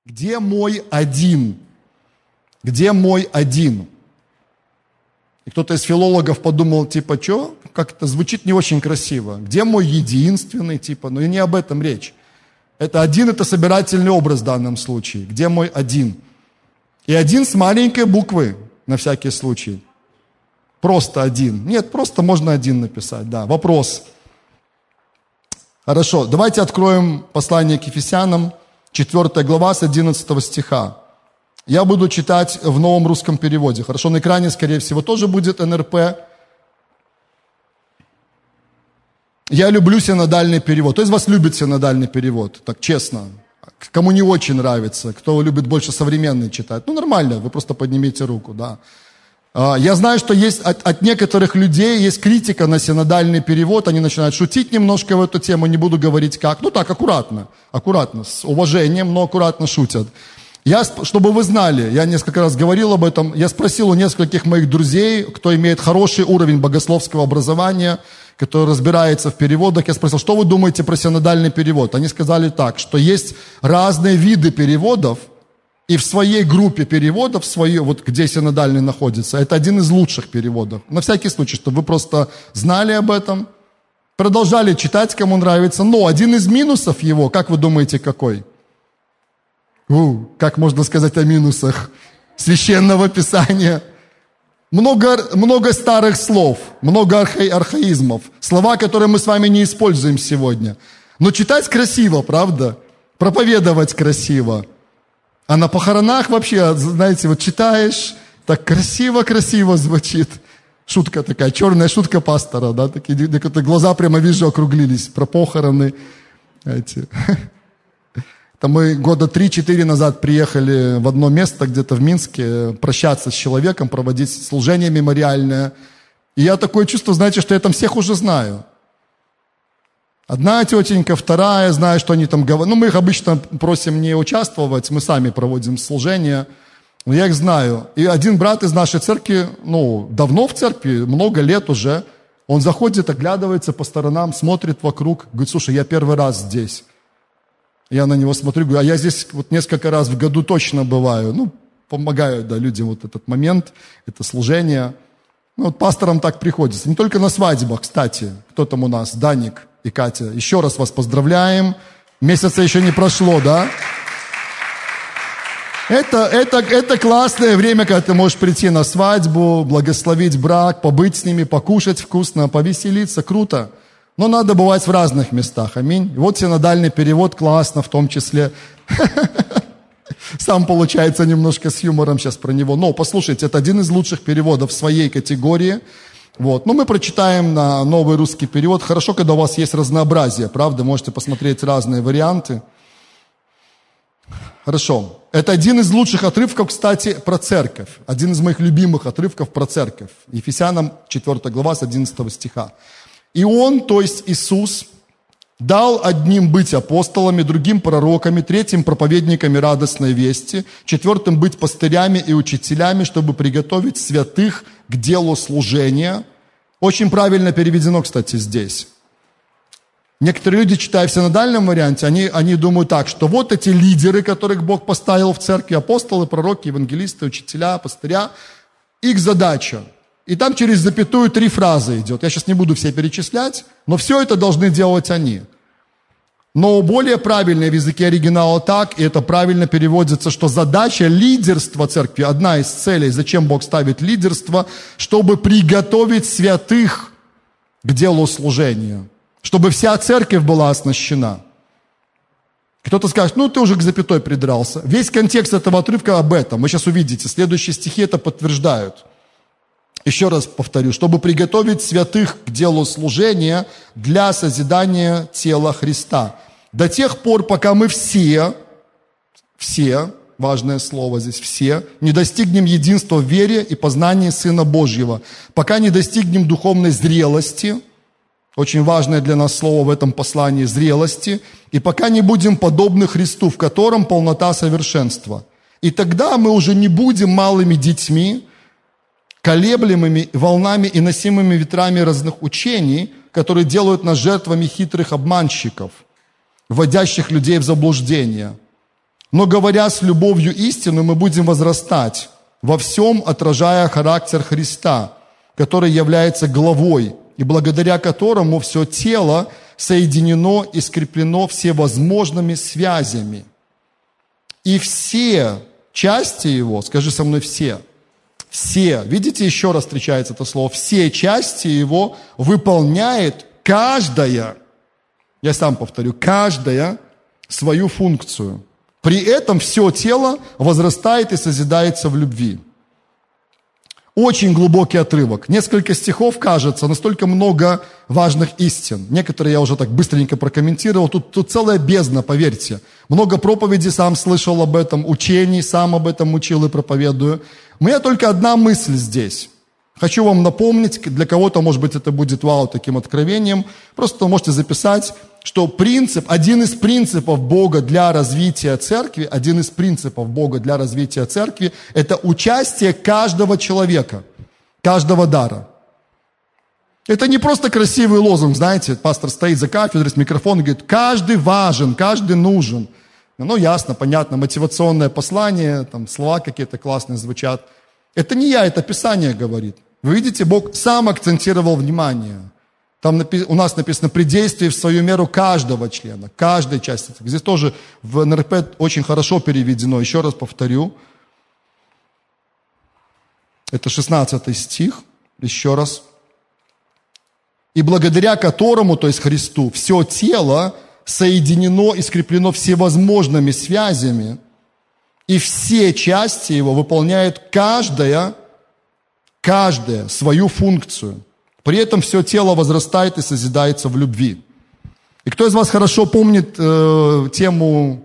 Где мой один? Где мой один? И кто-то из филологов подумал, типа, что? Как это звучит не очень красиво. Где мой единственный? Типа, и не об этом речь. Это собирательный образ в данном случае. Где мой один? И один с маленькой буквы, на всякий случай. Просто один. Нет, просто можно один написать, да. Вопрос. Хорошо, давайте откроем послание к Ефесянам, 4 глава с 11 стиха. Я буду читать в новом русском переводе. Хорошо, на экране, скорее всего, тоже будет НРП. Я люблю синодальный перевод. Кто из вас любит синодальный перевод? Так, честно. Кому не очень нравится, кто любит больше современный читать. Нормально, вы просто поднимите руку, да. Я знаю, что есть от некоторых людей есть критика на синодальный перевод, они начинают шутить немножко в эту тему, не буду говорить как. Так, аккуратно, с уважением, но аккуратно шутят. Чтобы вы знали, я несколько раз говорил об этом, я спросил у нескольких моих друзей, кто имеет хороший уровень богословского образования, который разбирается в переводах, я спросил, что вы думаете про синодальный перевод? Они сказали так, что есть разные виды переводов, и в своей группе переводов, где синодальный находится, это один из лучших переводов. На всякий случай, чтобы вы просто знали об этом, продолжали читать, кому нравится. Но один из минусов его, как вы думаете, какой? Как можно сказать о минусах Священного Писания? Много старых слов, много архаизмов, слова, которые мы с вами не используем сегодня. Но читать красиво, правда? Проповедовать красиво. А на похоронах вообще, знаете, читаешь, так красиво звучит. Шутка такая, черная шутка пастора, да, такие глаза прямо вижу округлились про похороны. Знаете. Там мы года 3-4 назад приехали в одно место, где-то в Минске, прощаться с человеком, проводить служение мемориальное. И я такое чувство, знаете, что я там всех уже знаю. Одна тетенька, вторая, знаю, что они там говорят. Мы их обычно просим не участвовать, мы сами проводим служение. Но я их знаю. И один брат из нашей церкви, давно в церкви, много лет уже, он заходит, оглядывается по сторонам, смотрит вокруг, говорит, слушай, я первый раз здесь. Я на него смотрю, говорю, а я здесь несколько раз в году точно бываю. Помогаю, людям этот момент, это служение. Пасторам так приходится. Не только на свадьбах, кстати. Кто там у нас? Даник и Катя. Еще раз вас поздравляем. Месяца еще не прошло, да? Это классное время, когда ты можешь прийти на свадьбу, благословить брак, побыть с ними, покушать вкусно, повеселиться. Круто. Но надо бывать в разных местах. Аминь. И синодальный перевод классно в том числе. Сам, получается, немножко с юмором сейчас про него. Но, послушайте, это один из лучших переводов в своей категории. Мы прочитаем на новый русский перевод. Хорошо, когда у вас есть разнообразие, правда? Можете посмотреть разные варианты. Хорошо. Это один из лучших отрывков, кстати, про церковь. Один из моих любимых отрывков про церковь. Ефесянам 4 глава с 11 стиха. И Он, то есть Иисус, дал одним быть апостолами, другим пророками, третьим проповедниками радостной вести, четвертым быть пастырями и учителями, чтобы приготовить святых к делу служения. Очень правильно переведено, кстати, здесь. Некоторые люди, читая в синодальном варианте, они думают так, что эти лидеры, которых Бог поставил в церкви, апостолы, пророки, евангелисты, учителя, пастыря, их задача. И там через запятую 3 фразы идет. Я сейчас не буду все перечислять, но все это должны делать они. Но более правильно в языке оригинала так, и это правильно переводится, что задача лидерства церкви, одна из целей, зачем Бог ставит лидерство, чтобы приготовить святых к делу служения, чтобы вся церковь была оснащена. Кто-то скажет, ты уже к запятой придрался. Весь контекст этого отрывка об этом. Вы сейчас увидите, следующие стихи это подтверждают. Еще раз повторю, чтобы приготовить святых к делу служения для созидания тела Христа. До тех пор, пока мы все, важное слово здесь, все, не достигнем единства в вере и познании Сына Божьего, пока не достигнем духовной зрелости, очень важное для нас слово в этом послании, зрелости, и пока не будем подобны Христу, в котором полнота совершенства. И тогда мы уже не будем малыми детьми, колеблемыми волнами и носимыми ветрами разных учений, которые делают нас жертвами хитрых обманщиков, вводящих людей в заблуждение. Но говоря с любовью истину, мы будем возрастать во всем, отражая характер Христа, который является главой, и благодаря которому все тело соединено и скреплено всевозможными связями. И все части его, скажи со мной все, видите, еще раз встречается это слово, все части его выполняет каждая, я сам повторю, каждая свою функцию. При этом все тело возрастает и созидается в любви. Очень глубокий отрывок. Несколько стихов, кажется, настолько много важных истин. Некоторые я уже так быстренько прокомментировал. Тут целая бездна, поверьте. Много проповедей, сам слышал об этом, учений, сам об этом учил и проповедую. У меня только одна мысль здесь. Хочу вам напомнить, для кого-то, может быть, это будет таким откровением. Просто можете записать, что один из принципов Бога для развития церкви, это участие каждого человека, каждого дара. Это не просто красивый лозунг, знаете, пастор стоит за кафедрой с микрофоном и говорит, каждый важен, каждый нужен. Ну, ясно, понятно, мотивационное послание, там слова какие-то классные звучат. Это не я, это Писание говорит. Вы видите, Бог сам акцентировал внимание. Там у нас написано «при действии в свою меру каждого члена», каждой части. Здесь тоже в НРП очень хорошо переведено. Еще раз повторю. Это 16 стих. Еще раз. «И благодаря которому, то есть Христу, все тело соединено и скреплено всевозможными связями, и все части его выполняют каждая свою функцию. При этом все тело возрастает и созидается в любви». И кто из вас хорошо помнит тему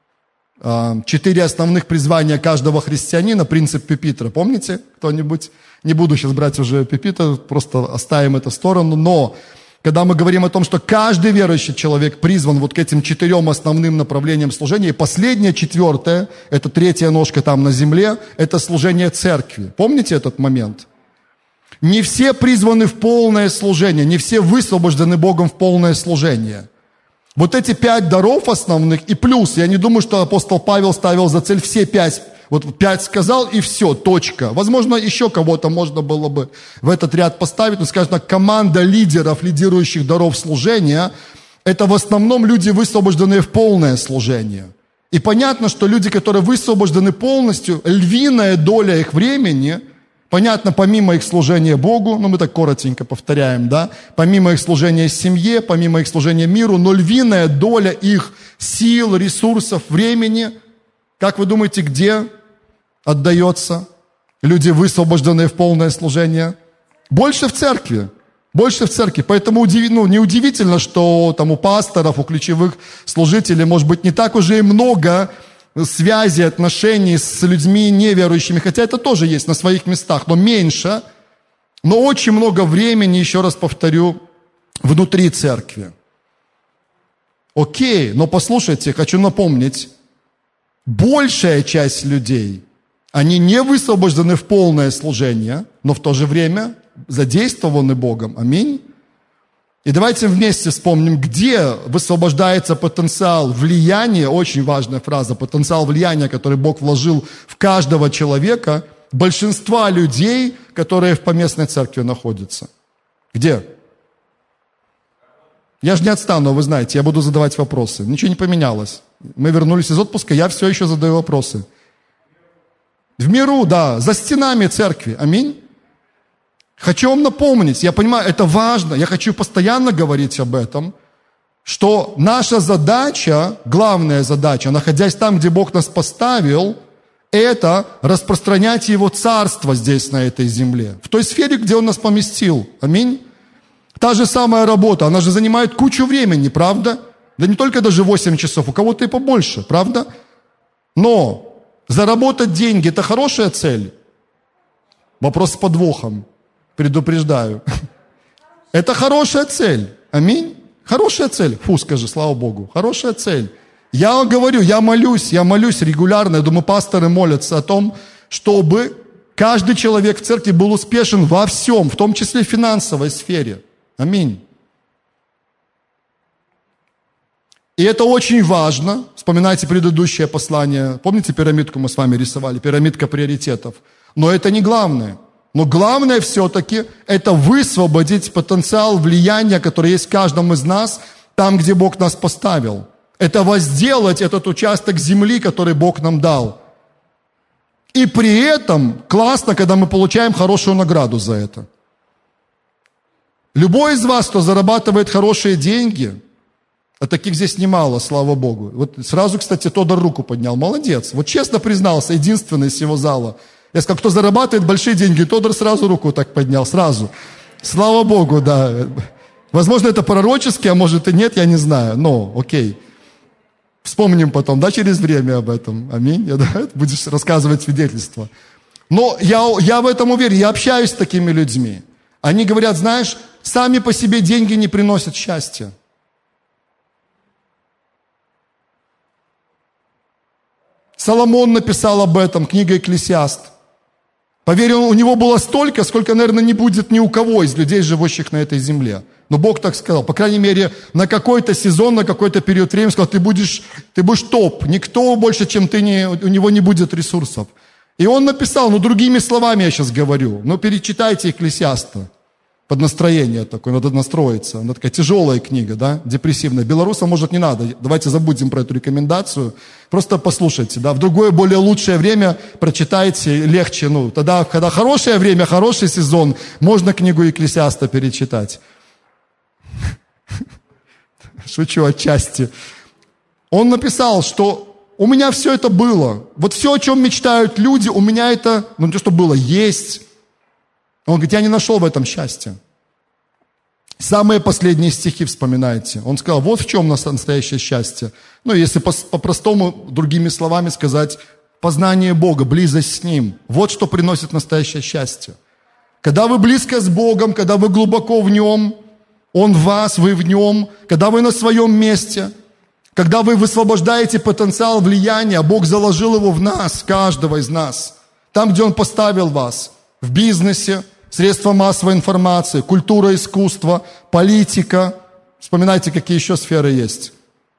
4 основных призвания каждого христианина, принцип Пюпитра? Помните кто-нибудь? Не буду сейчас брать уже Пюпитр, просто оставим это в сторону. Но когда мы говорим о том, что каждый верующий человек призван к этим 4 основным направлениям служения, и последнее, 4, это 3 ножка там на земле, это служение церкви. Помните этот момент? Не все призваны в полное служение, не все высвобождены Богом в полное служение. Вот эти 5 даров основных и плюс, я не думаю, что апостол Павел ставил за цель все 5. 5 сказал и все, точка. Возможно, еще кого-то можно было бы в этот ряд поставить, но, скажем так, команда лидеров, лидирующих даров служения, это в основном люди, высвобожденные в полное служение. И понятно, что люди, которые высвобождены полностью, львиная доля их времени, понятно, помимо их служения Богу, мы так коротенько повторяем, да, помимо их служения семье, помимо их служения миру, но львиная доля их сил, ресурсов, времени, как вы думаете, где отдается? Люди, высвобожденные в полное служение? Больше в церкви. Поэтому неудивительно, что там у пасторов, у ключевых служителей, может быть, не так уже и много связей, отношений с людьми неверующими, хотя это тоже есть на своих местах, но меньше, но очень много времени, еще раз повторю, внутри церкви. Окей, но послушайте, хочу напомнить, большая часть людей, они не высвобождены в полное служение, но в то же время задействованы Богом. Аминь. И давайте вместе вспомним, где высвобождается потенциал влияния, очень важная фраза, потенциал влияния, который Бог вложил в каждого человека, большинства людей, которые в поместной церкви находятся. Где? Я же не отстану, вы знаете, я буду задавать вопросы. Ничего не поменялось. Мы вернулись из отпуска, я все еще задаю вопросы. В миру, да, за стенами церкви. Аминь. Хочу вам напомнить, я понимаю, это важно, я хочу постоянно говорить об этом, что наша задача, главная задача, находясь там, где Бог нас поставил, это распространять Его Царство здесь, на этой земле, в той сфере, где Он нас поместил. Аминь. Та же самая работа, она же занимает кучу времени, правда? Да не только даже 8 часов, у кого-то и побольше, правда? Но заработать деньги – это хорошая цель? Вопрос с подвохом. Предупреждаю. Это хорошая цель. Аминь. Хорошая цель. Фу, скажи, слава Богу. Хорошая цель. Я говорю, я молюсь регулярно. Я думаю, пасторы молятся о том, чтобы каждый человек в церкви был успешен во всем, в том числе в финансовой сфере. Аминь. И это очень важно. Вспоминайте предыдущее послание. Помните, пирамидку мы с вами рисовали? Пирамидка приоритетов. Но это не главное. Но главное все-таки это высвободить потенциал влияния, который есть в каждом из нас, там, где Бог нас поставил. Это возделать этот участок земли, который Бог нам дал. И при этом классно, когда мы получаем хорошую награду за это. Любой из вас, кто зарабатывает хорошие деньги, а таких здесь немало, слава Богу. Вот сразу, кстати, Тодор руку поднял. Молодец. Вот честно признался, единственный из всего зала. Я сказал, кто зарабатывает большие деньги, Тодор сразу руку так поднял, сразу. Слава Богу, да. Возможно, это пророчески, а может и нет, я не знаю. Но, окей. Вспомним потом, да, через время об этом. Аминь. Да, будешь рассказывать свидетельство. Но я в этом уверен. Я общаюсь с такими людьми. Они говорят, знаешь, сами по себе деньги не приносят счастья. Соломон написал об этом, книга «Экклесиаст». Поверь, у него было столько, сколько, наверное, не будет ни у кого из людей, живущих на этой земле. Но Бог так сказал. По крайней мере, на какой-то сезон, на какой-то период времени сказал, ты будешь топ. Никто больше, чем ты, у него не будет ресурсов. И он написал, другими словами я сейчас говорю, перечитайте «Экклесиаста». Под настроение такое, надо настроиться. Она такая тяжелая книга, да, депрессивная. Белорусам, может, не надо. Давайте забудем про эту рекомендацию. Просто послушайте, да. В другое, более лучшее время прочитайте, легче. Тогда, когда хорошее время, хороший сезон, можно книгу «Экклесиаста» перечитать. Шучу отчасти. Он написал, что у меня все это было. Вот все, о чем мечтают люди, у меня это, не то, что было, есть. Он говорит, я не нашел в этом счастья. Самые последние стихи вспоминайте. Он сказал, вот в чем настоящее счастье. Если по-простому, другими словами сказать, познание Бога, близость с Ним. Вот что приносит настоящее счастье. Когда вы близко с Богом, когда вы глубоко в Нем, Он в вас, вы в Нем, когда вы на своем месте, когда вы высвобождаете потенциал влияния, Бог заложил его в нас, каждого из нас. Там, где Он поставил вас, в бизнесе, средства массовой информации, культура, искусство, политика. Вспоминайте, какие еще сферы есть.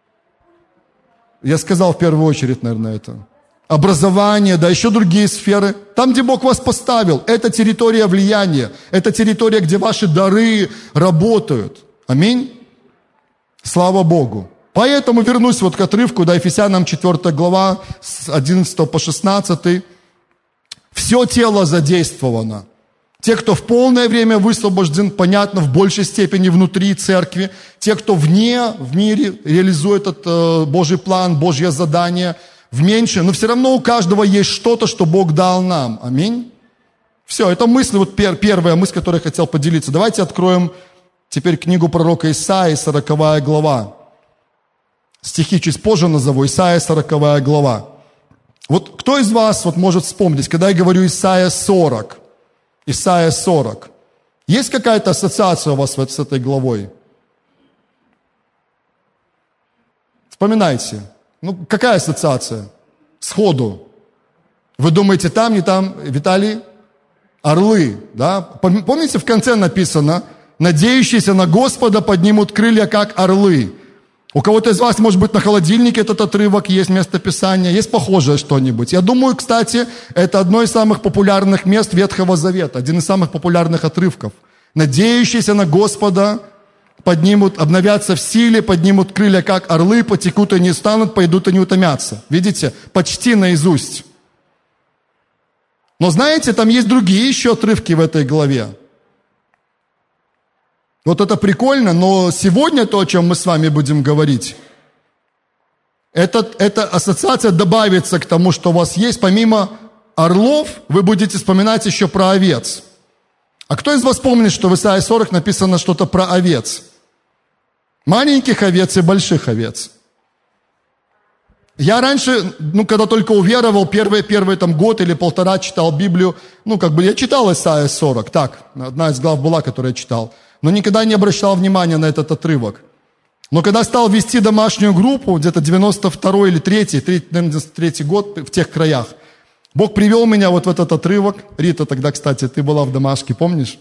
Я сказал в первую очередь, наверное, это. Образование, да, еще другие сферы. Там, где Бог вас поставил, это территория влияния. Это территория, где ваши дары работают. Аминь. Слава Богу. Поэтому вернусь к отрывку, Ефесянам 4 глава, с 11 по 16. Все тело задействовано. Те, кто в полное время высвобожден, понятно, в большей степени внутри церкви. Те, кто вне, в мире, реализует этот Божий план, Божье задание, в меньшее. Но все равно у каждого есть что-то, что Бог дал нам. Аминь. Все, это мысль, первая мысль, которой я хотел поделиться. Давайте откроем теперь книгу пророка Исаии, 40 глава. Стихи чуть позже назову. Исаия, 40 глава. Кто из вас может вспомнить, когда я говорю Исаия 40? Исаия 40. Есть какая-то ассоциация у вас с этой главой? Вспоминайте. Какая ассоциация? Сходу. Вы думаете, там, не там, Виталий? Орлы, да? Помните, в конце написано, надеющиеся на Господа поднимут крылья, как орлы. У кого-то из вас, может быть, на холодильнике этот отрывок есть, местописание, есть похожее что-нибудь. Я думаю, кстати, это одно из самых популярных мест Ветхого Завета, один из самых популярных отрывков. Надеющиеся на Господа обновятся в силе, поднимут крылья, как орлы, потекут и не станут, пойдут и не утомятся. Видите? Почти наизусть. Но знаете, там есть другие еще отрывки в этой главе. Это прикольно, но сегодня то, о чем мы с вами будем говорить, эта ассоциация добавится к тому, что у вас есть. Помимо орлов, вы будете вспоминать еще про овец. А кто из вас помнит, что в Исаии 40 написано что-то про овец? Маленьких овец и больших овец. Я раньше, когда только уверовал, первый год или полтора читал Библию, я читал Исаия 40, так, одна из глав была, которую я читал. Но никогда не обращал внимания на этот отрывок. Но когда стал вести домашнюю группу, где-то 92-й или 93-й год в тех краях, Бог привел меня в этот отрывок. Рита тогда, кстати, ты была в домашке, помнишь?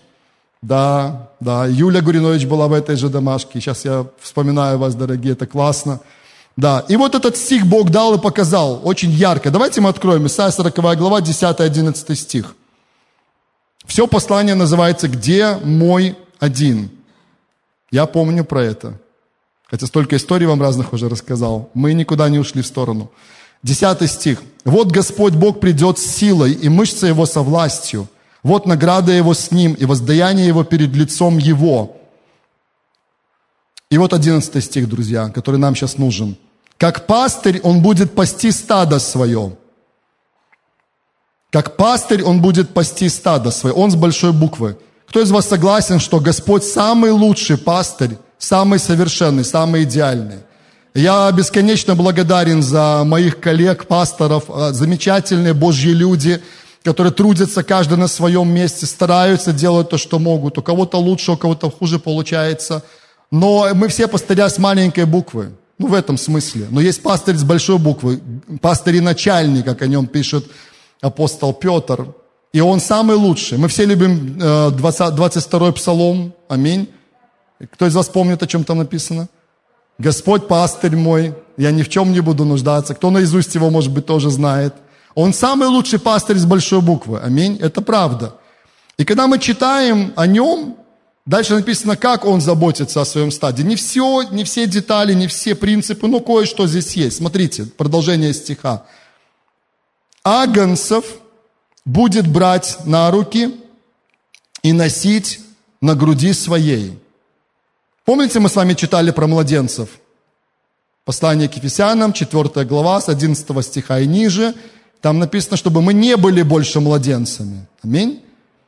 Да, Юля Гуринович была в этой же домашке. Сейчас я вспоминаю вас, дорогие, это классно. Да, и вот этот стих Бог дал и показал очень ярко. Давайте мы откроем Исайя 40 глава, 10-11 стих. Все послание называется «Где мой один?». Я помню про это. Хотя столько историй вам разных уже рассказал. Мы никуда не ушли в сторону. 10 стих. «Вот Господь Бог придет с силой, и мышца Его со властью. Вот награда Его с Ним, и воздаяние Его перед лицом Его». И вот 11 стих, друзья, который нам сейчас нужен. «Как пастырь Он будет пасти стадо свое». Как пастырь Он будет пасти стадо свое. Он с большой буквы. Кто из вас согласен, что Господь самый лучший пастырь, самый совершенный, самый идеальный? Я бесконечно благодарен за моих коллег, пасторов, замечательные Божьи люди, которые трудятся каждый на своем месте, стараются делать то, что могут. У кого-то лучше, у кого-то хуже получается. Но мы все пастыря с маленькой буквы. Ну, в этом смысле. Но есть пастырь с большой буквы, пастырь и начальник, как о нем пишет апостол Петр. И он самый лучший. Мы все любим 22-й псалом. Аминь. Кто из вас помнит, о чем там написано? «Господь пастырь мой, я ни в чем не буду нуждаться». Кто наизусть его, может быть, тоже знает. Он самый лучший пастырь с большой буквы. Аминь. Это правда. И когда мы читаем о нем, дальше написано, как он заботится о своем стаде. Не все детали, не все принципы, но кое-что здесь есть. Смотрите, продолжение стиха. «Агнцев будет брать на руки и носить на груди своей». Помните, мы с вами читали про младенцев? Послание к Ефесянам, 4 глава, с 11 стиха и ниже. Там написано, чтобы мы не были больше младенцами. Аминь.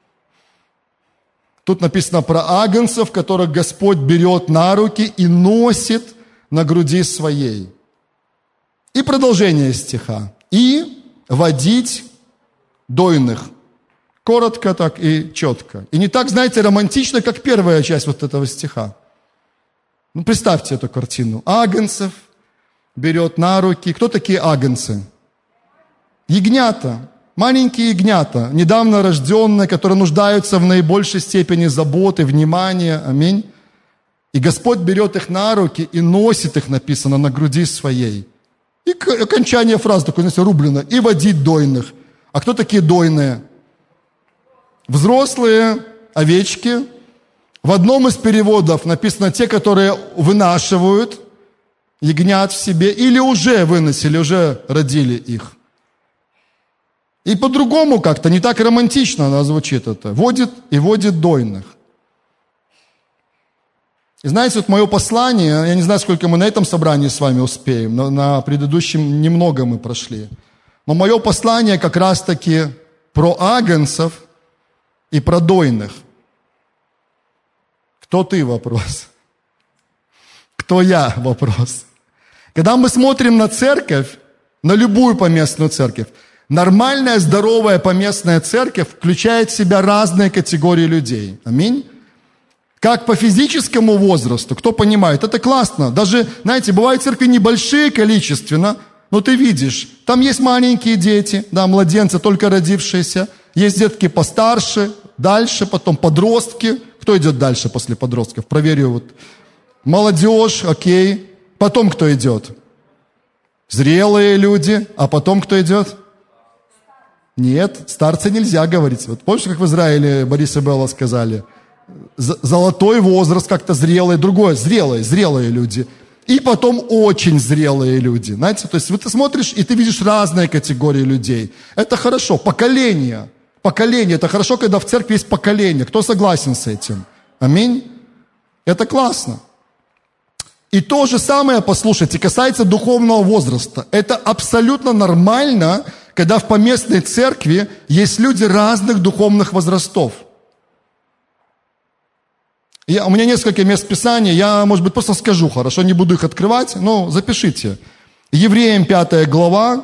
Тут написано про агнцев, которых Господь берет на руки и носит на груди своей. И продолжение стиха. «И водить дойных». Коротко так и четко. И не так, знаете, романтично, как первая часть вот этого стиха. Ну, представьте эту картину. Агнцев берет на руки. Кто такие агнцы? Ягнята. Маленькие ягнята, недавно рожденные, которые нуждаются в наибольшей степени заботы, внимания. Аминь. И Господь берет их на руки и носит их, написано, на груди своей. И окончание фразы такое, знаете, рублено. «И водить дойных». А кто такие дойные? Взрослые овечки. В одном из переводов написано те, которые вынашивают ягнят в себе, или уже выносили, уже родили их. И по-другому как-то, не так романтично она звучит это. Водит и водит дойных. И знаете, вот мое послание, я не знаю, сколько мы на этом собрании с вами успеем, но на предыдущем немного мы прошли. Но мое послание как раз-таки про агнцев и про дойных. Кто ты? Вопрос. Кто я? Вопрос. Когда мы смотрим на церковь, на любую поместную церковь, нормальная, здоровая поместная церковь включает в себя разные категории людей. Аминь. Как по физическому возрасту, кто понимает, это классно. Даже, знаете, бывают церкви небольшие количественно, но ты видишь, там есть маленькие дети, да, младенцы, только родившиеся, есть детки постарше, дальше, потом подростки. Кто идет дальше после подростков? Проверю вот. Молодежь, окей. Потом кто идет? Зрелые люди. А потом кто идет? Нет, старцы нельзя говорить. Вот помнишь, как в Израиле Борис и Белла сказали? Золотой возраст, как-то зрелые, другое, зрелые люди. И потом очень зрелые люди. Знаете, то есть вот ты смотришь, и ты видишь разные категории людей. Это хорошо. Поколение. Это хорошо, когда в церкви есть поколение. Кто согласен с этим? Аминь. Это классно. И то же самое, послушайте, касается духовного возраста. Это абсолютно нормально, когда в поместной церкви есть люди разных духовных возрастов. У меня несколько мест Писания, я, может быть, просто скажу, хорошо, не буду их открывать, но запишите. Евреям 5 глава,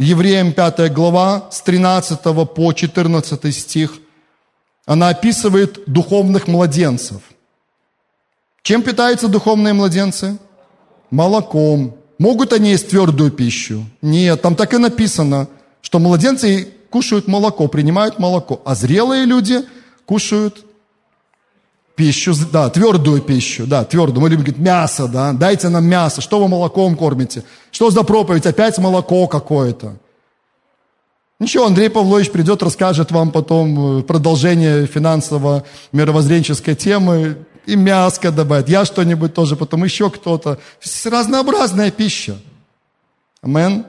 с 13 по 14 стих, она описывает духовных младенцев. Чем питаются духовные младенцы? Молоком. Могут они есть твердую пищу? Нет, там так и написано, что младенцы кушают молоко, принимают молоко, а зрелые люди кушают Пищу, да, твердую пищу, да, твердую. Мы любим говорить, мясо, да, дайте нам мясо. Что вы молоком кормите? Что за проповедь? Опять молоко какое-то. Ничего, Андрей Павлович придет, расскажет вам потом продолжение финансово-мировоззренческой темы. И мяско добавит, я что-нибудь тоже, потом еще кто-то. Разнообразная пища. Амен.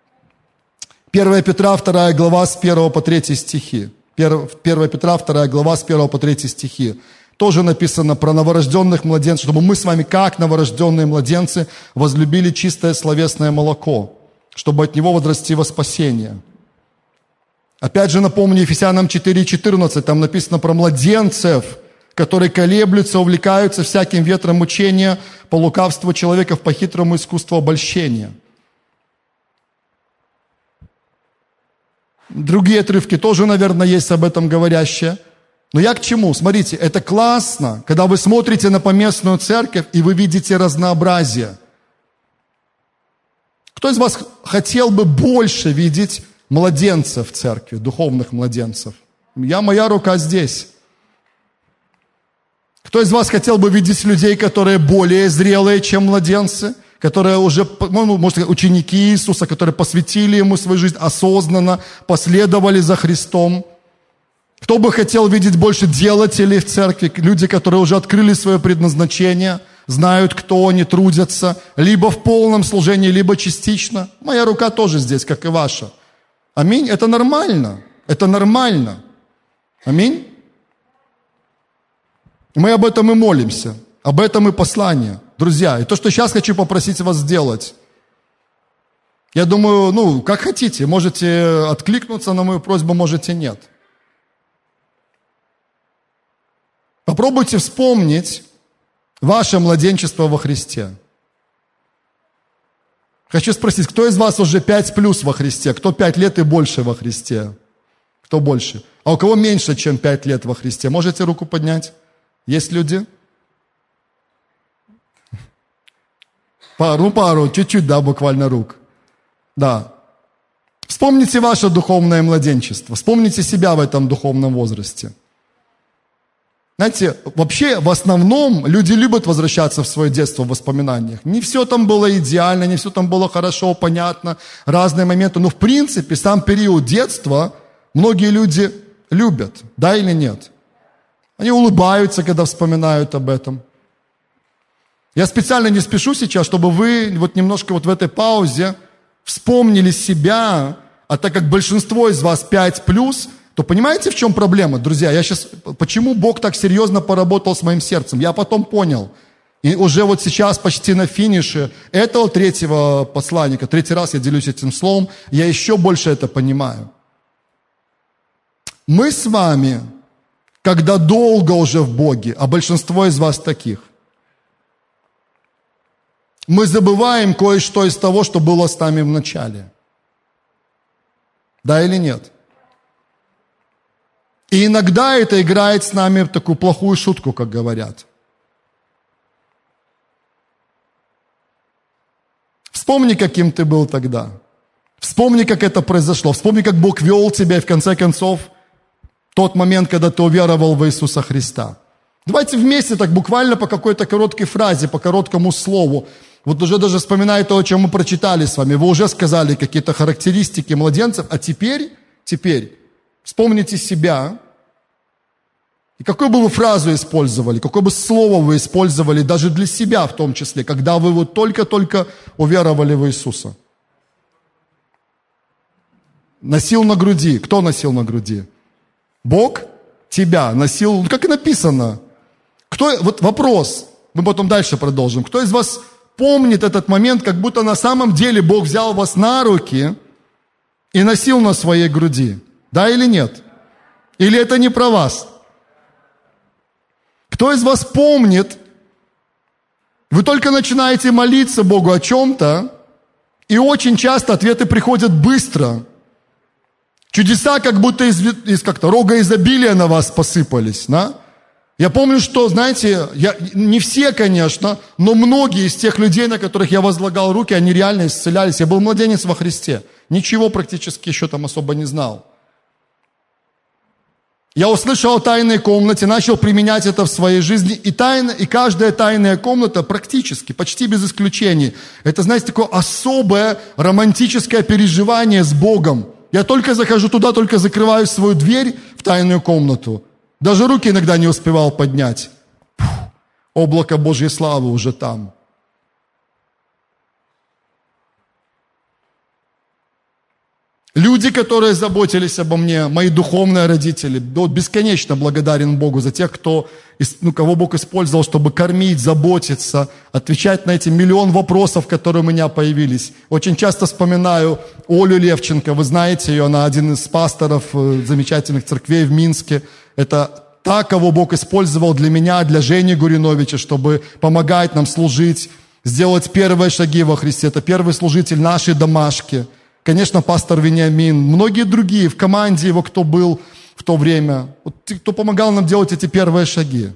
1 Петра 2 глава с 1 по 3 стихи. 1 Петра 2 глава с 1 по 3 стихи. Тоже написано про новорожденных младенцев, чтобы мы с вами, как новорожденные младенцы, возлюбили чистое словесное молоко, чтобы от него возрасти во спасение. Опять же напомню, Ефесянам 4:14, там написано про младенцев, которые колеблются, увлекаются всяким ветром учения по лукавству человеков, по хитрому искусству обольщения. Другие отрывки тоже, наверное, есть об этом говорящие. Но я к чему? Смотрите, это классно, когда вы смотрите на поместную церковь, и вы видите разнообразие. Кто из вас хотел бы больше видеть младенцев в церкви, духовных младенцев? Моя рука здесь. Кто из вас хотел бы видеть людей, которые более зрелые, чем младенцы? Которые уже, может сказать, ученики Иисуса, которые посвятили Ему свою жизнь осознанно, последовали за Христом? Кто бы хотел видеть больше делателей в церкви, люди, которые уже открыли свое предназначение, знают, кто они, трудятся, либо в полном служении, либо частично? Моя рука тоже здесь, как и ваша. Аминь. Это нормально. Это нормально. Аминь. Мы об этом и молимся. Об этом и послание. Друзья, и то, что сейчас хочу попросить вас сделать. Я думаю, как хотите. Можете откликнуться на мою просьбу, можете нет. Попробуйте вспомнить ваше младенчество во Христе. Хочу спросить, кто из вас уже 5+ во Христе? Кто 5 лет и больше во Христе? Кто больше? А у кого меньше, чем 5 лет во Христе? Можете руку поднять? Есть люди? Пару, чуть-чуть, да, буквально рук. Да. Вспомните ваше духовное младенчество. Вспомните себя в этом духовном возрасте. Знаете, вообще, в основном, люди любят возвращаться в свое детство в воспоминаниях. Не все там было идеально, не все там было хорошо, понятно, разные моменты. Но, в принципе, сам период детства многие люди любят, да или нет? Они улыбаются, когда вспоминают об этом. Я специально не спешу сейчас, чтобы вы немножко в этой паузе вспомнили себя, а так как большинство из вас 5+, то понимаете, в чем проблема, друзья? Почему Бог так серьезно поработал с моим сердцем? Я потом понял. И уже сейчас почти на финише этого 3-го посланника, 3-й раз я делюсь этим словом, я еще больше это понимаю. Мы с вами, когда долго уже в Боге, а большинство из вас таких, мы забываем кое-что из того, что было с нами в начале. Да или нет? И иногда это играет с нами в такую плохую шутку, как говорят. Вспомни, каким ты был тогда. Вспомни, как это произошло. Вспомни, как Бог вел тебя, и в конце концов, тот момент, когда ты уверовал в Иисуса Христа. Давайте вместе так буквально по какой-то короткой фразе, по короткому слову. Вот уже даже вспоминая то, о чем мы прочитали с вами. Вы уже сказали какие-то характеристики младенцев, а теперь вспомните себя. И какую бы вы фразу использовали, какое бы слово вы использовали, даже для себя в том числе, когда вы только-только уверовали в Иисуса. Носил на груди. Кто носил на груди? Бог тебя носил, как и написано. Вопрос, мы потом дальше продолжим. Кто из вас помнит этот момент, как будто на самом деле Бог взял вас на руки и носил на своей груди? Да или нет? Или это не про вас? Кто из вас помнит, вы только начинаете молиться Богу о чем-то, и очень часто ответы приходят быстро. Чудеса как будто из рога изобилия на вас посыпались, да? Я помню, что, знаете, не все, конечно, но многие из тех людей, на которых я возлагал руки, они реально исцелялись. Я был младенец во Христе. Ничего практически еще там особо не знал. Я услышал о тайной комнате, начал применять это в своей жизни. И каждая тайная комната практически, почти без исключений, это, знаете, такое особое романтическое переживание с Богом. Я только захожу туда, только закрываю свою дверь в тайную комнату. Даже руки иногда не успевал поднять. Облако Божьей славы уже там. Люди, которые заботились обо мне, мои духовные родители, бесконечно благодарен Богу за тех, кого Бог использовал, чтобы кормить, заботиться, отвечать на эти миллион вопросов, которые у меня появились. Очень часто вспоминаю Олю Левченко, вы знаете ее, она один из пасторов замечательных церквей в Минске. Это та, кого Бог использовал для меня, для Жени Гуриновича, чтобы помогать нам служить, сделать первые шаги во Христе. Это первый служитель нашей домашки. Конечно, пастор Вениамин, многие другие в команде его, кто был в то время, кто помогал нам делать эти первые шаги.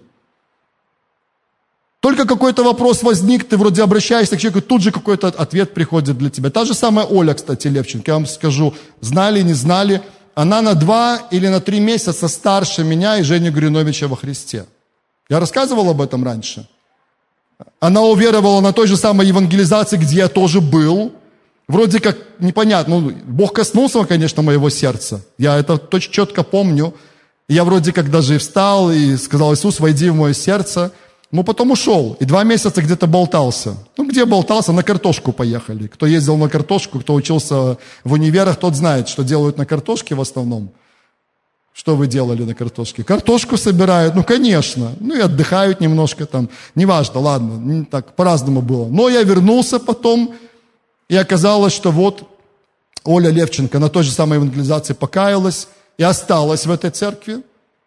Только какой-то вопрос возник, ты вроде обращаешься к человеку, тут же какой-то ответ приходит для тебя. Та же самая Оля, кстати, Левченко, я вам скажу, знали, не знали, она на 2 или на 3 месяца старше меня и Жени Гуриновича во Христе. Я рассказывал об этом раньше. Она уверовала на той же самой евангелизации, где я тоже был. Вроде как непонятно, Бог коснулся, конечно, моего сердца. Я это точно четко помню. Я вроде как даже и встал и сказал: Иисус, войди в мое сердце. Потом ушел. И 2 месяца где-то болтался. Где болтался? На картошку поехали. Кто ездил на картошку, кто учился в универах, тот знает, что делают на картошке в основном. Что вы делали на картошке? Картошку собирают, конечно. И отдыхают немножко там. Неважно, ладно, так по-разному было. Но я вернулся потом. И оказалось, что Оля Левченко на той же самой евангелизации покаялась и осталась в этой церкви.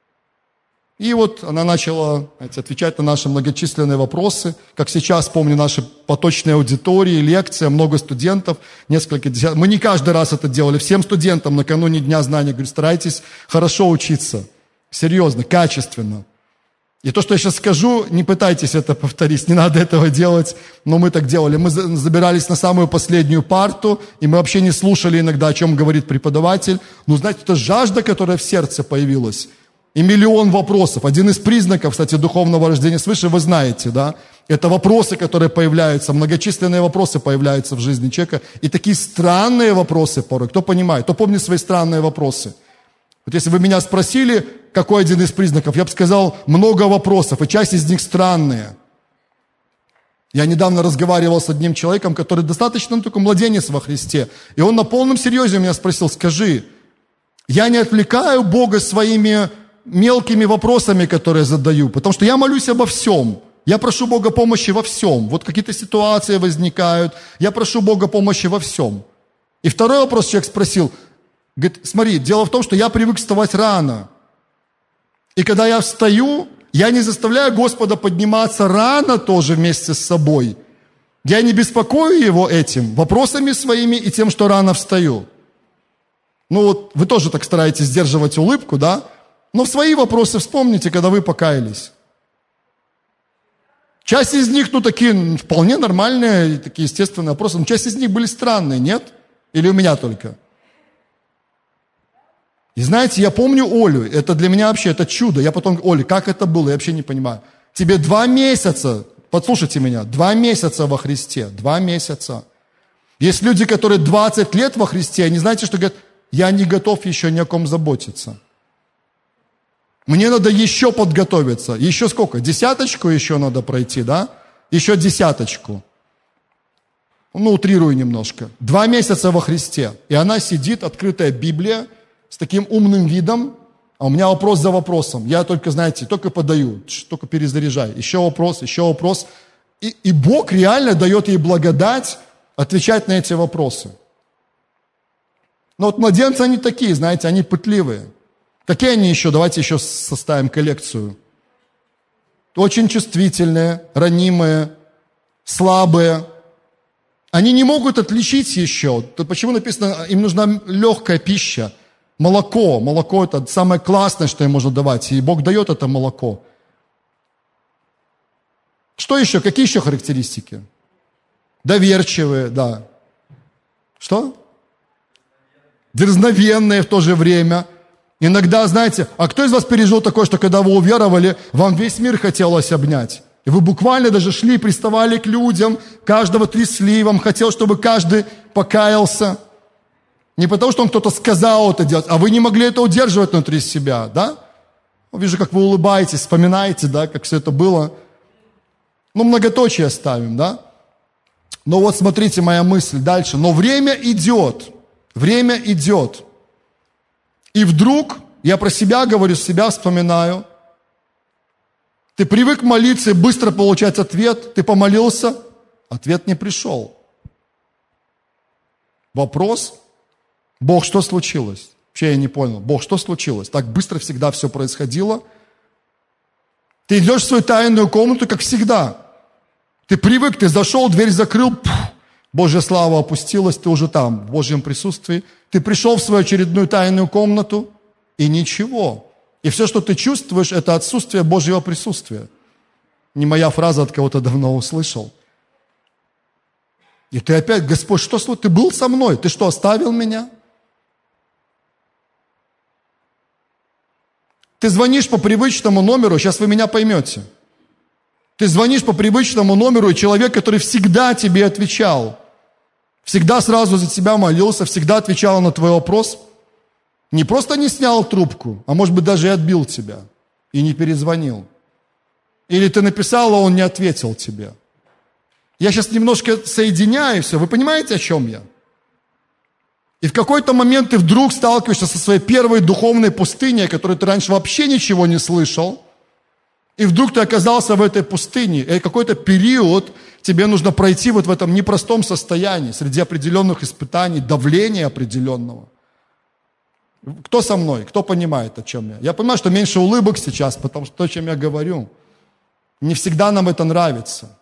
И она начала отвечать на наши многочисленные вопросы. Как сейчас помню, наши поточные аудитории, лекции, много студентов, несколько десятков. Мы не каждый раз это делали. Всем студентам накануне Дня знаний говорю: старайтесь хорошо учиться. Серьезно, качественно. И то, что я сейчас скажу, не пытайтесь это повторить, не надо этого делать, но мы так делали. Мы забирались на самую последнюю парту, и мы вообще не слушали иногда, о чем говорит преподаватель. Знаете, это жажда, которая в сердце появилась, и миллион вопросов. Один из признаков, кстати, духовного рождения свыше, вы знаете, да? Это вопросы, которые появляются, многочисленные вопросы появляются в жизни человека, и такие странные вопросы порой. Кто понимает, кто помнит свои странные вопросы? Если вы меня спросили, какой один из признаков, я бы сказал, много вопросов, и часть из них странные. Я недавно разговаривал с одним человеком, который достаточно только младенец во Христе, и он на полном серьезе меня спросил: скажи, я не отвлекаю Бога своими мелкими вопросами, которые задаю, потому что я молюсь обо всем. Я прошу Бога помощи во всем. Какие-то ситуации возникают, я прошу Бога помощи во всем. И второй вопрос человек спросил, говорит: смотри, дело в том, что я привык вставать рано. И когда я встаю, я не заставляю Господа подниматься рано тоже вместе с собой. Я не беспокою Его этим, вопросами своими и тем, что рано встаю. Вы тоже так стараетесь сдерживать улыбку, да? Но свои вопросы вспомните, когда вы покаялись. Часть из них, такие вполне нормальные, такие естественные вопросы, но часть из них были странные, нет? Или у меня только? И знаете, я помню Олю, это для меня вообще, это чудо. Я потом: Оля, как это было, я вообще не понимаю. Тебе 2 месяца, послушайте меня, 2 месяца во Христе, 2 месяца. Есть люди, которые 20 лет во Христе, они знаете, что говорят: я не готов еще ни о ком заботиться. Мне надо еще подготовиться. Еще сколько? 10 еще надо пройти, да? Еще 10. Утрирую немножко. 2 месяца во Христе. И она сидит, открытая Библия, с таким умным видом, а у меня вопрос за вопросом. Я только, знаете, только подаю, только перезаряжаю. Еще вопрос, еще вопрос. И Бог реально дает ей благодать отвечать на эти вопросы. Но младенцы, они такие, знаете, они пытливые. Какие они еще? Давайте еще составим коллекцию. Очень чувствительные, ранимые, слабые. Они не могут отличить еще. Почему написано, им нужна легкая пища? Молоко это самое классное, что им можно давать. И Бог дает это молоко. Что еще? Какие еще характеристики? Доверчивые, да. Что? Дерзновенные в то же время. Иногда, знаете, а кто из вас пережил такое, что когда вы уверовали, вам весь мир хотелось обнять? И вы буквально даже шли, приставали к людям, каждого трясли, вам хотелось, чтобы каждый покаялся. Не потому, что вам кто-то сказал это делать, а вы не могли это удерживать внутри себя, да? Вижу, как вы улыбаетесь, вспоминаете, да, как все это было. Ну, многоточие оставим, да? Но вот смотрите, моя мысль дальше. Но время идет. Время идет. И вдруг, я про себя говорю, себя вспоминаю. Ты привык молиться и быстро получать ответ. Ты помолился, ответ не пришел. Вопрос, Бог, что случилось? Вообще я не понял. Бог, что случилось? Так быстро всегда все происходило. Ты идешь в свою тайную комнату, как всегда. Ты привык, ты зашел, дверь закрыл, Божья слава опустилась, ты уже там, в Божьем присутствии. Ты пришел в свою очередную тайную комнату, и ничего. И все, что ты чувствуешь, это отсутствие Божьего присутствия. Не моя фраза, от кого-то давно услышал. И ты опять, Господь, что случилось? Ты был со мной, ты что, оставил меня? Ты звонишь по привычному номеру, сейчас вы меня поймете. Ты звонишь по привычному номеру, и человек, который всегда тебе отвечал, всегда сразу за тебя молился, всегда отвечал на твой вопрос, не просто не снял трубку, а может быть даже и отбил тебя, и не перезвонил. Или ты написал, а он не ответил тебе. Я сейчас немножко соединяю все, вы понимаете, о чем я? И в какой-то момент ты вдруг сталкиваешься со своей первой духовной пустыней, о которой ты раньше вообще ничего не слышал, и вдруг ты оказался в этой пустыне, и какой-то период тебе нужно пройти вот в этом непростом состоянии, среди определенных испытаний, давления определенного. Кто со мной? Кто понимает, о чем я? Я понимаю, что меньше улыбок сейчас, потому что то, о чем я говорю, не всегда нам это нравится.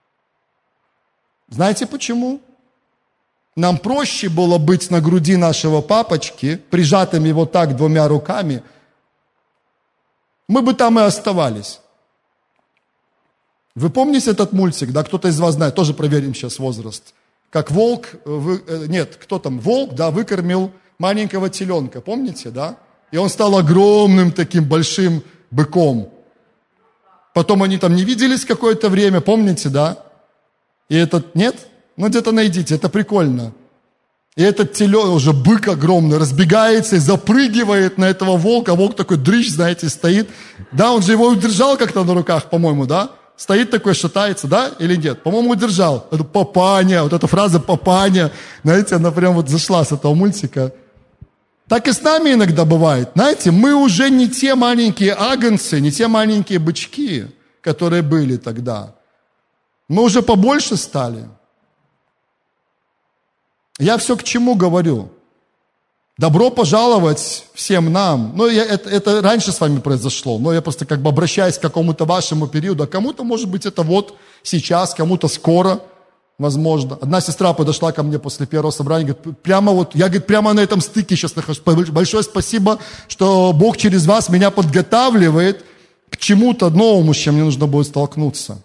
Знаете почему? Нам проще было быть на груди нашего папочки, прижатым его так двумя руками, мы бы там и оставались. Вы помните этот мультик, да, кто-то из вас знает, тоже проверим сейчас возраст. Как волк, волк, да, выкормил маленького теленка, помните, да? И он стал огромным таким большим быком. Потом они там не виделись какое-то время, помните, да? И этот, нет? Ну где-то найдите, это прикольно. И этот теленок, уже бык огромный, разбегается и запрыгивает на этого волка. Волк такой дрыщ, знаете, стоит. Да, он же его удержал как-то на руках, по-моему, да? Стоит такой, шатается, да, или нет? По-моему, удержал. Это папаня, вот эта фраза папаня, знаете, она прям вот зашла с этого мультика. Так и с нами иногда бывает. Знаете, мы уже не те маленькие агнцы, не те маленькие бычки, которые были тогда. Мы уже побольше стали. Я все к чему говорю? Добро пожаловать всем нам. Ну, это раньше с вами произошло, но я просто как бы обращаюсь к какому-то вашему периоду. А кому-то, может быть, это вот сейчас, кому-то скоро, возможно. Одна сестра подошла ко мне после первого собрания, говорит, прямо на этом стыке сейчас нахожусь. Большое спасибо, что Бог через вас меня подготавливает к чему-то новому, с чем мне нужно будет столкнуться.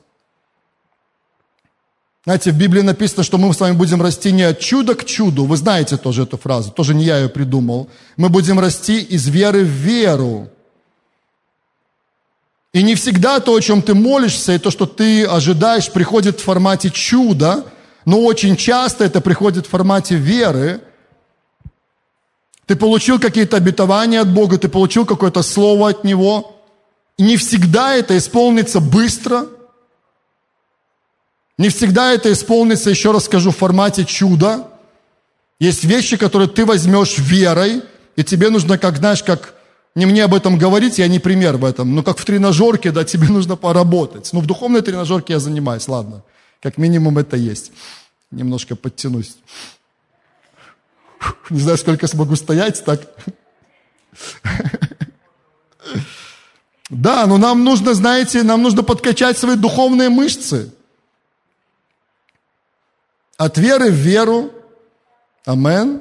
Знаете, в Библии написано, что мы с вами будем расти не от чуда к чуду. Вы знаете тоже эту фразу, тоже не я ее придумал. Мы будем расти из веры в веру. И не всегда то, о чем ты молишься, и то, что ты ожидаешь, приходит в формате чуда, но очень часто это приходит в формате веры. Ты получил какие-то обетования от Бога, ты получил какое-то слово от Него. И не всегда это исполнится быстро. Не всегда это исполнится, еще раз скажу, в формате чуда. Есть вещи, которые ты возьмешь верой, и тебе нужно, как, знаешь, как, не мне об этом говорить, я не пример в этом, но как в тренажерке, да, тебе нужно поработать. Ну, в духовной тренажерке я занимаюсь, ладно, как минимум это есть. Немножко подтянусь. Не знаю, сколько смогу стоять, так. Да, но нам нужно, знаете, нам нужно подкачать свои духовные мышцы. От веры в веру. Амен.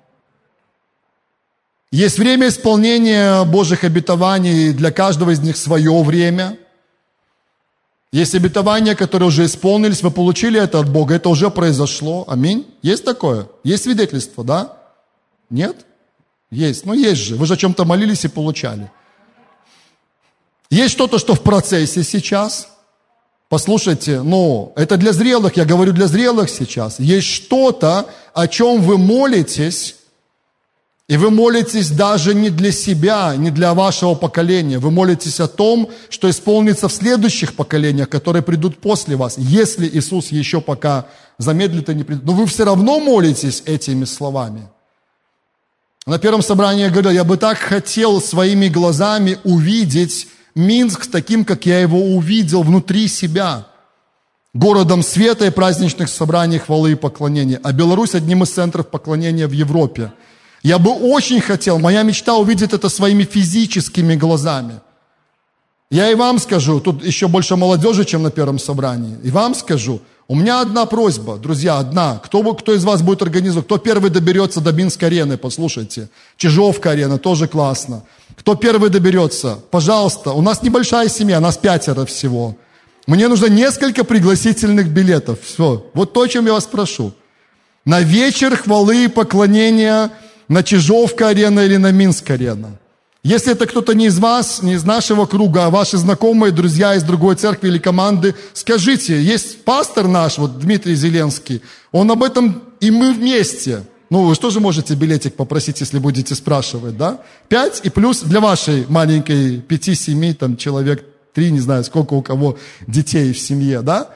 Есть время исполнения Божьих обетований, для каждого из них свое время. Есть обетования, которые уже исполнились, вы получили это от Бога, это уже произошло. Аминь. Есть такое? Есть свидетельство, да? Нет? Есть. Ну, есть же. Вы же о чем-то молились и получали. Есть что-то, что в процессе сейчас. Послушайте, это для зрелых, я говорю для зрелых сейчас. Есть что-то, о чем вы молитесь, и вы молитесь даже не для себя, не для вашего поколения. Вы молитесь о том, что исполнится в следующих поколениях, которые придут после вас. Если Иисус еще пока замедлит и не придет. Но вы все равно молитесь этими словами. На первом собрании я говорил, я бы так хотел своими глазами увидеть Минск таким, как я его увидел внутри себя. Городом света и праздничных собраний, хвалы и поклонения. А Беларусь одним из центров поклонения в Европе. Я бы очень хотел, моя мечта увидеть это своими физическими глазами. Я и вам скажу, тут еще больше молодежи, чем на первом собрании. И вам скажу, у меня одна просьба, друзья, одна. Кто из вас будет организовывать? Кто первый доберется до Минской арены, послушайте. Чижовка арена, тоже классно. Кто первый доберется, пожалуйста. У нас небольшая семья, нас 5 всего. Мне нужно несколько пригласительных билетов. Все. Вот то, о чем я вас прошу. На вечер хвалы и поклонения на Чижовка арена или на Минск арена. Если это кто-то не из вас, не из нашего круга, а ваши знакомые, друзья из другой церкви или команды, скажите, есть пастор наш, вот Дмитрий Зеленский, он об этом, и мы вместе. Вы же тоже можете билетик попросить, если будете спрашивать, да? 5 и плюс для вашей маленькой 5-7, там человек 3, не знаю, сколько у кого детей в семье, да?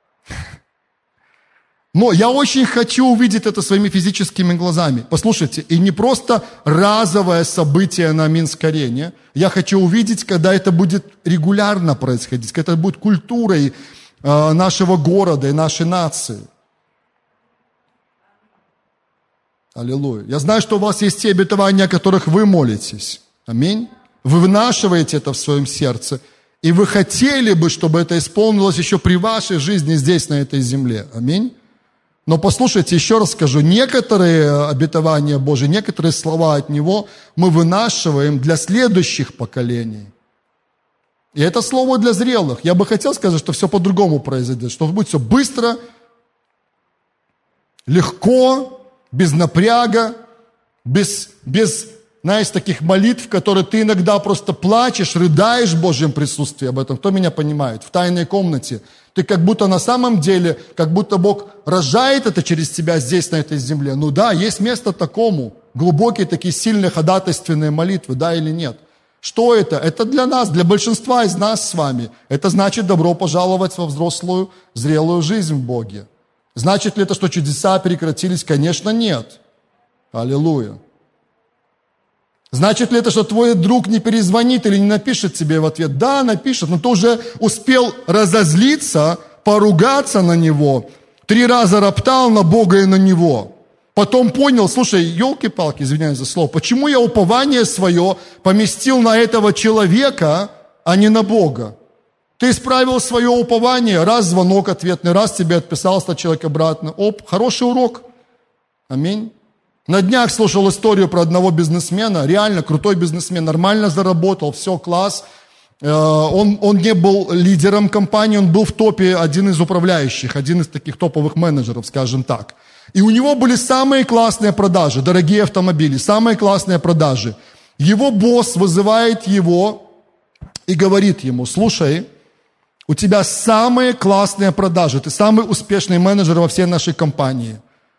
Но я очень хочу увидеть это своими физическими глазами. Послушайте, и не просто разовое событие на Минской арене. Я хочу увидеть, когда это будет регулярно происходить, когда это будет культурой нашего города и нашей нации. Аллилуйя. Я знаю, что у вас есть те обетования, о которых вы молитесь. Аминь. Вы вынашиваете это в своем сердце. И вы хотели бы, чтобы это исполнилось еще при вашей жизни здесь, на этой земле. Аминь. Но послушайте, еще раз скажу, некоторые обетования Божьи, некоторые слова от Него мы вынашиваем для следующих поколений. И это слово для зрелых. Я бы хотел сказать, что все по-другому произойдет, что будет все быстро, легко, без напряга, без знаешь, таких молитв, которые ты иногда просто плачешь, рыдаешь в Божьем присутствии об этом. Кто меня понимает? В тайной комнате. Ты как будто на самом деле, как будто Бог рожает это через тебя здесь, на этой земле. Да, есть место такому. Глубокие такие сильные ходатайственные молитвы, да или нет? Что это? Это для нас, для большинства из нас с вами. Это значит добро пожаловать во взрослую, зрелую жизнь в Боге. Значит ли это, что чудеса прекратились? Конечно, нет. Аллилуйя. Значит ли это, что твой друг не перезвонит или не напишет тебе в ответ? Да, напишет, но ты уже успел разозлиться, поругаться на него, 3 раза роптал на Бога и на него. Потом понял, слушай, елки-палки, извиняюсь за слово, почему я упование свое поместил на этого человека, а не на Бога? Ты исправил свое упование, раз звонок ответный, раз тебе отписался человек обратно. Хороший урок. Аминь. На днях слушал историю про одного бизнесмена, реально крутой бизнесмен, нормально заработал, все, класс. Он не был лидером компании, он был в топе, один из управляющих, один из таких топовых менеджеров, скажем так. И у него были самые классные продажи, дорогие автомобили, самые классные продажи. Его босс вызывает его и говорит ему: слушай, у тебя самые классные продажи, ты самый успешный менеджер во всей нашей компании.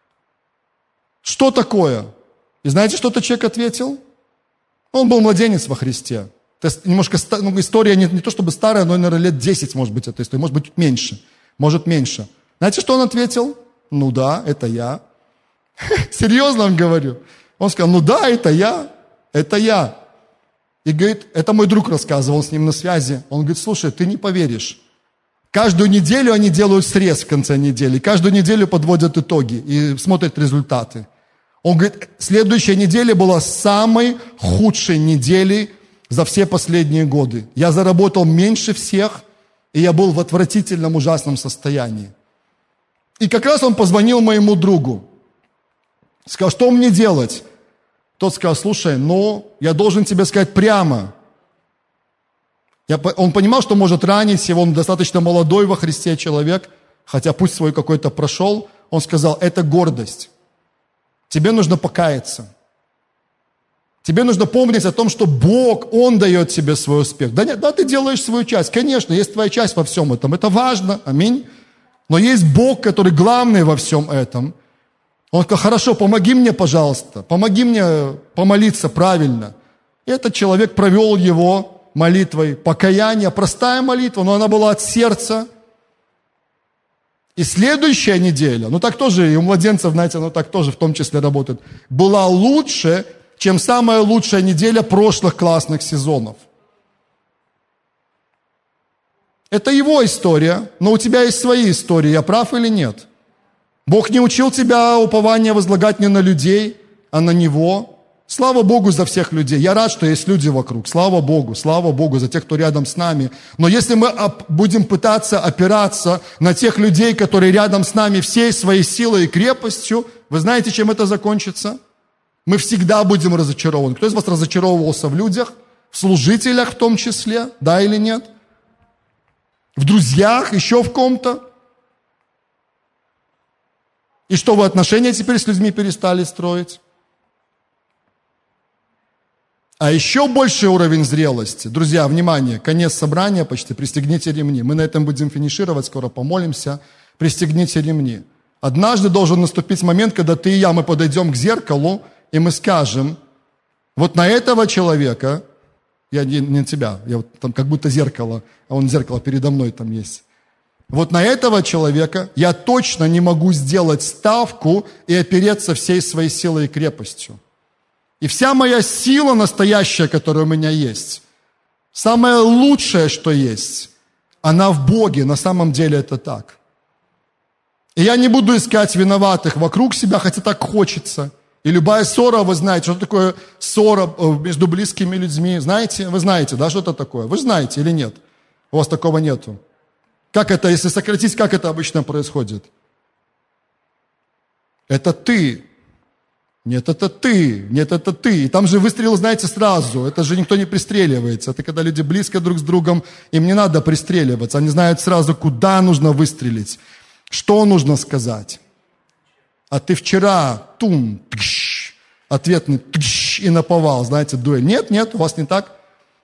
Что такое? И знаете, что этот человек ответил? Он был младенец во Христе. То есть немножко, история не то чтобы старая, но, наверное, лет 10, может быть, эта история. Может быть, меньше. Может, меньше. Знаете, что он ответил? Да, это я. Серьезно вам говорю. Он сказал, да, это я. Это я. И говорит, это мой друг рассказывал, он с ним на связи. Он говорит, слушай, ты не поверишь. Каждую неделю они делают срез в конце недели. Каждую неделю подводят итоги и смотрят результаты. Он говорит, следующая неделя была самой худшей неделей за все последние годы. Я заработал меньше всех, и я был в отвратительном, ужасном состоянии. И как раз он позвонил моему другу. Сказал, что мне делать? Тот сказал, слушай, я должен тебе сказать прямо. Он понимал, что может ранить его, он достаточно молодой во Христе человек, хотя путь свой какой-то прошел. Он сказал, это гордость. Тебе нужно покаяться. Тебе нужно помнить о том, что Бог, Он дает тебе свой успех. Да нет, да, ты делаешь свою часть. Конечно, есть твоя часть во всем этом. Это важно. Аминь. Но есть Бог, который главный во всем этом. Он сказал, хорошо, помоги мне, пожалуйста. Помоги мне помолиться правильно. И этот человек провел его молитвой покаяния. Простая молитва, но она была от сердца. И следующая неделя, ну так тоже, и у младенцев, знаете, ну так тоже в том числе работает, была лучше, чем самая лучшая неделя прошлых классных сезонов. Это его история, но у тебя есть свои истории, я прав или нет? Бог не учил тебя упование возлагать не на людей, а на Него. Слава Богу за всех людей. Я рад, что есть люди вокруг. Слава Богу за тех, кто рядом с нами. Но если мы будем пытаться опираться на тех людей, которые рядом с нами всей своей силой и крепостью, вы знаете, чем это закончится? Мы всегда будем разочарованы. Кто из вас разочаровывался в людях? В служителях в том числе? Да или нет? В друзьях? Еще в ком-то? И что, вы отношения теперь с людьми перестали строить? А еще больший уровень зрелости. Друзья, внимание, конец собрания почти, пристегните ремни. Мы на этом будем финишировать, скоро помолимся. Пристегните ремни. Однажды должен наступить момент, когда ты и я, мы подойдем к зеркалу, и мы скажем, вот на этого человека, я не тебя, я вот там как будто зеркало, а он зеркало передо мной там есть. Вот на этого человека я точно не могу сделать ставку и опереться всей своей силой и крепостью. И вся моя сила настоящая, которая у меня есть, самое лучшее, что есть, она в Боге, на самом деле это так. И я не буду искать виноватых вокруг себя, хотя так хочется. И любая ссора, вы знаете, что такое ссора между близкими людьми, знаете? Вы знаете, да, что это такое? Вы знаете или нет? У вас такого нету. Как это, если сократить, как это обычно происходит? Это ты. Нет, это ты. Нет, это ты. И там же выстрел, знаете, сразу. Это же никто не пристреливается. Это когда люди близко друг с другом, им не надо пристреливаться. Они знают сразу, куда нужно выстрелить, что нужно сказать. А ты вчера, ответный, и наповал, знаете, дуэль. Нет, у вас не так.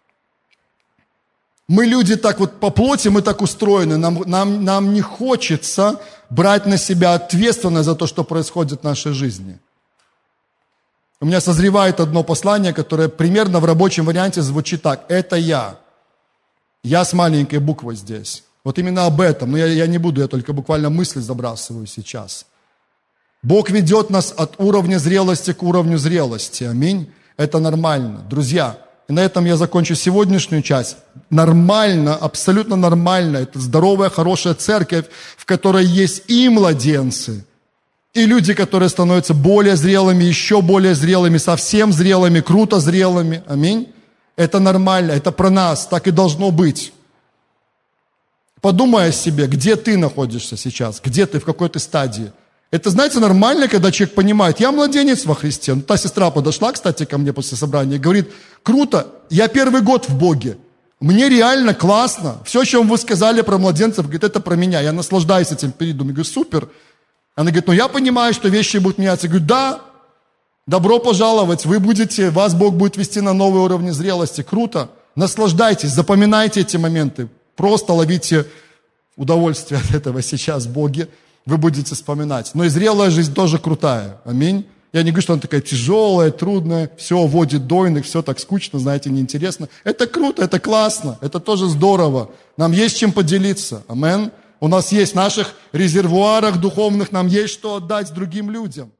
Мы люди так вот по плоти, мы так устроены. Нам не хочется брать на себя ответственность за то, что происходит в нашей жизни. У меня созревает одно послание, которое примерно в рабочем варианте звучит так. Это я. Я с маленькой буквы здесь. Вот именно об этом. Но я не буду, я только буквально мысли забрасываю сейчас. Бог ведет нас от уровня зрелости к уровню зрелости. Аминь. Это нормально. Друзья, и на этом я закончу сегодняшнюю часть. Нормально, абсолютно нормально. Это здоровая, хорошая церковь, в которой есть и младенцы, и люди, которые становятся более зрелыми, еще более зрелыми, совсем зрелыми, круто зрелыми. Аминь. Это нормально, это про нас, так и должно быть. Подумай о себе, где ты находишься сейчас, где ты, в какой ты стадии. Это, знаете, нормально, когда человек понимает, я младенец во Христе. Та сестра подошла, кстати, ко мне после собрания и говорит, круто, я первый год в Боге. Мне реально классно. Все, о чем вы сказали про младенцев, говорит, это про меня. Я наслаждаюсь этим периодом. Я говорю, супер. Она говорит, я понимаю, что вещи будут меняться. Я говорю, да, добро пожаловать, вас Бог будет вести на новый уровень зрелости. Круто, наслаждайтесь, запоминайте эти моменты. Просто ловите удовольствие от этого сейчас в Боге. Вы будете вспоминать. Но и зрелая жизнь тоже крутая. Аминь. Я не говорю, что она такая тяжелая, трудная, все водит дойных, все так скучно, знаете, неинтересно. Это круто, это классно, это тоже здорово. Нам есть чем поделиться. Аминь. У нас есть в наших резервуарах духовных, нам есть что отдать другим людям.